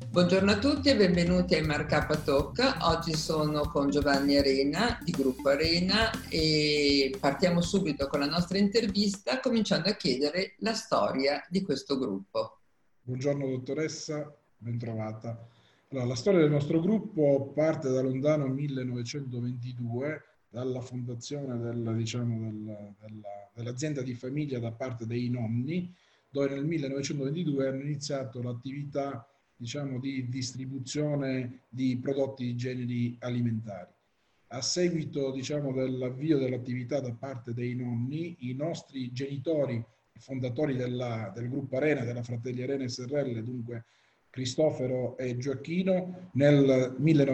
Buongiorno a tutti e benvenuti ai Markup Talk. Oggi sono con Giovanni Arena di Gruppo Arena e partiamo subito con la nostra intervista cominciando a chiedere la storia di questo gruppo. Buongiorno dottoressa, bentrovata. Allora, la storia del nostro gruppo parte da lontano 1922, dalla fondazione dell'azienda di famiglia da parte dei nonni, dove nel 1922 hanno iniziato l'attività di distribuzione di prodotti di generi alimentari. A seguito dell'avvio dell'attività da parte dei nonni, i nostri genitori fondatori del gruppo Arena, della Fratelli Arena SRL, dunque Cristoforo e Gioacchino, nel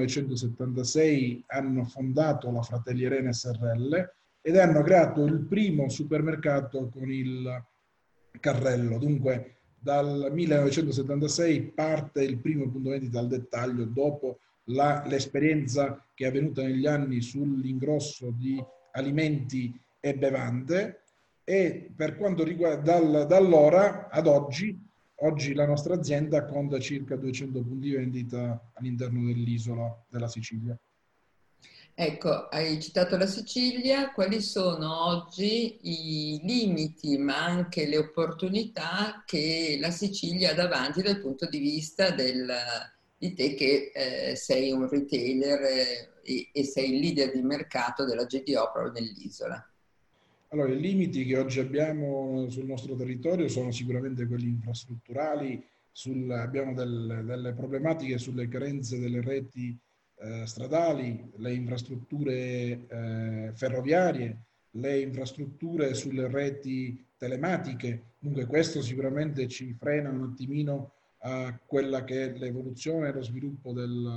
1976 hanno fondato la Fratelli Arena SRL ed hanno creato il primo supermercato con il carrello. Dunque dal 1976 parte il primo punto vendita al dettaglio dopo l'esperienza che è avvenuta negli anni sull'ingrosso di alimenti e bevande. E per quanto riguarda da allora ad oggi la nostra azienda conta circa 200 punti vendita all'interno dell'isola della Sicilia. Ecco, hai citato la Sicilia, quali sono oggi i limiti ma anche le opportunità che la Sicilia ha davanti dal punto di vista di te che sei un retailer e sei il leader di mercato della GDO proprio nell'isola? Allora, i limiti che oggi abbiamo sul nostro territorio sono sicuramente quelli infrastrutturali, abbiamo delle problematiche sulle carenze delle reti stradali, le infrastrutture ferroviarie, le infrastrutture sulle reti telematiche. Dunque questo sicuramente ci frena un attimino a quella che è l'evoluzione e lo sviluppo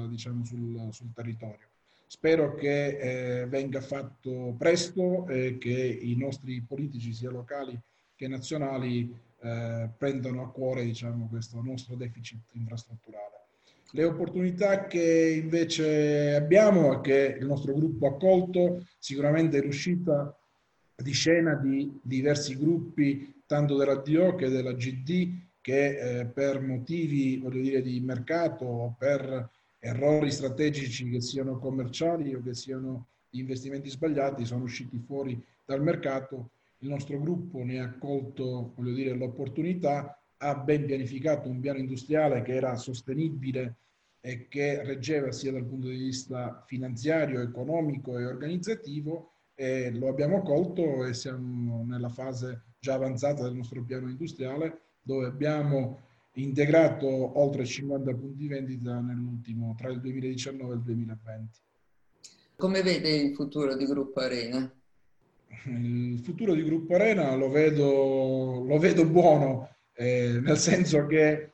sul territorio. Spero che venga fatto presto e che i nostri politici, sia locali che nazionali, prendano a cuore questo nostro deficit infrastrutturale. Le opportunità che invece abbiamo e che il nostro gruppo ha colto, sicuramente è l'uscita di scena di diversi gruppi, tanto della DO che della GD, che per motivi, voglio dire, di mercato o per errori strategici che siano commerciali o che siano investimenti sbagliati sono usciti fuori dal mercato. Il nostro gruppo ne ha colto, voglio dire, l'opportunità, ha ben pianificato un piano industriale che era sostenibile e che reggeva sia dal punto di vista finanziario, economico e organizzativo, e lo abbiamo colto e siamo nella fase già avanzata del nostro piano industriale, dove abbiamo integrato oltre 50 punti vendita nell'ultimo, tra il 2019 e il 2020. Come vede il futuro di Gruppo Arena? Il futuro di Gruppo Arena lo vedo buono, nel senso che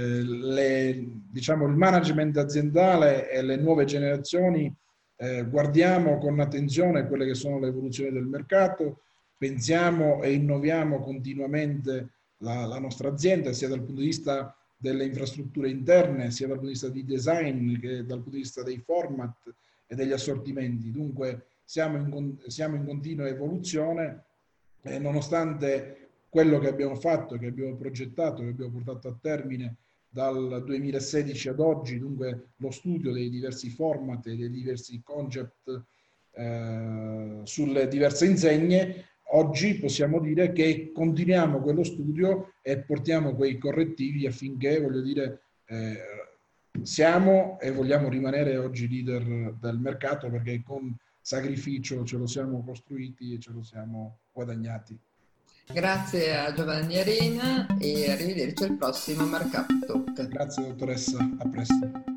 il management aziendale e le nuove generazioni guardiamo con attenzione quelle che sono le evoluzioni del mercato, pensiamo e innoviamo continuamente la nostra azienda, sia dal punto di vista delle infrastrutture interne, sia dal punto di vista di design che dal punto di vista dei format e degli assortimenti. Dunque siamo in continua evoluzione e nonostante quello che abbiamo fatto, che abbiamo progettato, che abbiamo portato a termine dal 2016 ad oggi, dunque lo studio dei diversi format e dei diversi concept sulle diverse insegne, oggi possiamo dire che continuiamo quello studio e portiamo quei correttivi affinché, voglio dire, siamo e vogliamo rimanere oggi leader del mercato, perché con sacrificio ce lo siamo costruiti e ce lo siamo guadagnati. Grazie a Giovanni Arena e arrivederci al prossimo Markup Talk. Grazie dottoressa, a presto.